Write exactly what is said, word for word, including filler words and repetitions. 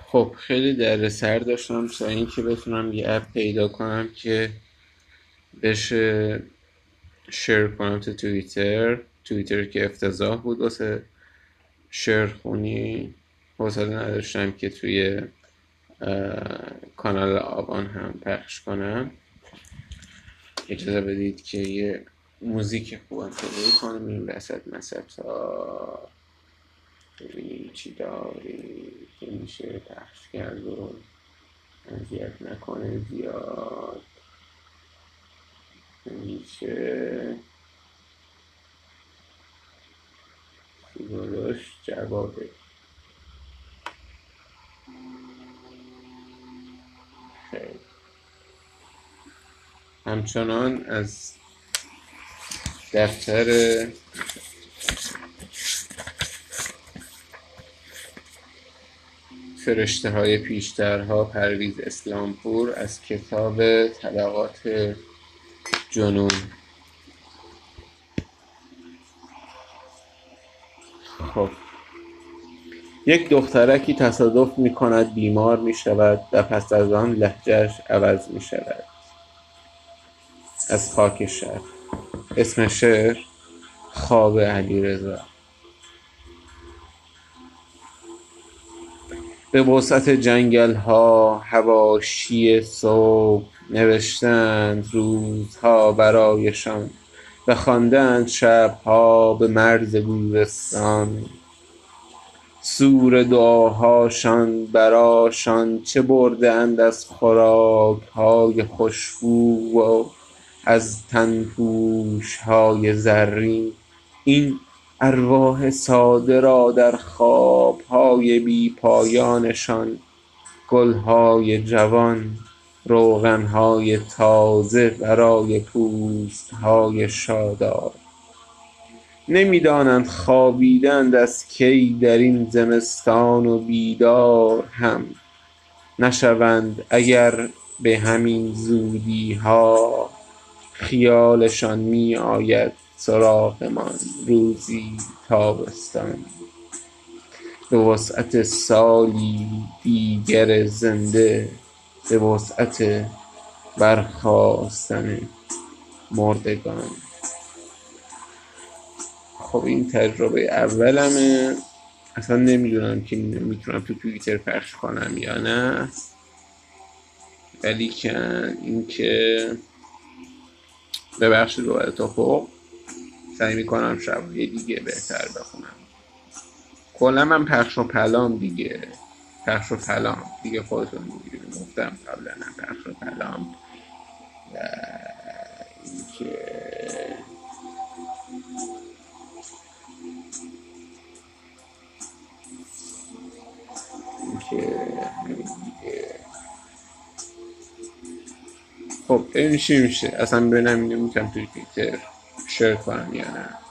خب خیلی دردسر داشتم تا اینکه بتونم یه اپ پیدا کنم که بشه شیر کنم تو توییتر توییتر که افتضاح بود واسه شیر خونی. حوصله نداشتم که توی کانال آبان هم پخش کنم. اجازه بدید که یه موزیک خوبم پیدا کنم این وسط مسطا، ببینیم چی داری که میشه پخش کرد و اذیت نکنه زیاد. میشه سیگارش جوابه. خیلی همچنان از دفتر فرشته های پیشترها پرویز اسلامپور از کتاب طبقات جنون. خب یک دخترکی تصادف می کند، بیمار می شود و پس از آن لهجهش عوض می شود. از خاک شهر. اسم شعر خواب علیرضا. به وسعت جنگل ها حواشی صبح نوشتند روزها برایشان و خواندند شبها به مرز گورستان. سور دعاهاشان براشان چه برده اند از خوراک های خوشبو و از تنپوش های زرین. این ارواح ساده را در خواب های بی پایانشان گل های جوان، روغن های تازه برای پوست های شاداب. نمیدانند خوابیدند از کی در این زمستان و بیدار هم نشوند اگر به همین زودی ها خیالشان می آید سراغمان روزی تابستان. به وسعت سالی دیگر زنده، به وسعت برخاستن مردگان. خب این تجربه اولمه. اصلا نمیدونم که میتونم تو توییتر پخش کنم یا نه، ولی که این که ببخشید باید تا خب سعی میکنم شبهای دیگه بهتر بخونم. کلا من پخش و پلام دیگه پخش و پلام دیگه خودتون میگیریم. گفتم قبلا پخش و پلام و اینکه اینکه دیگه خب این چی میشه اصلا ببینم اینو میتونم توی توییتر شیر کنم یا نه.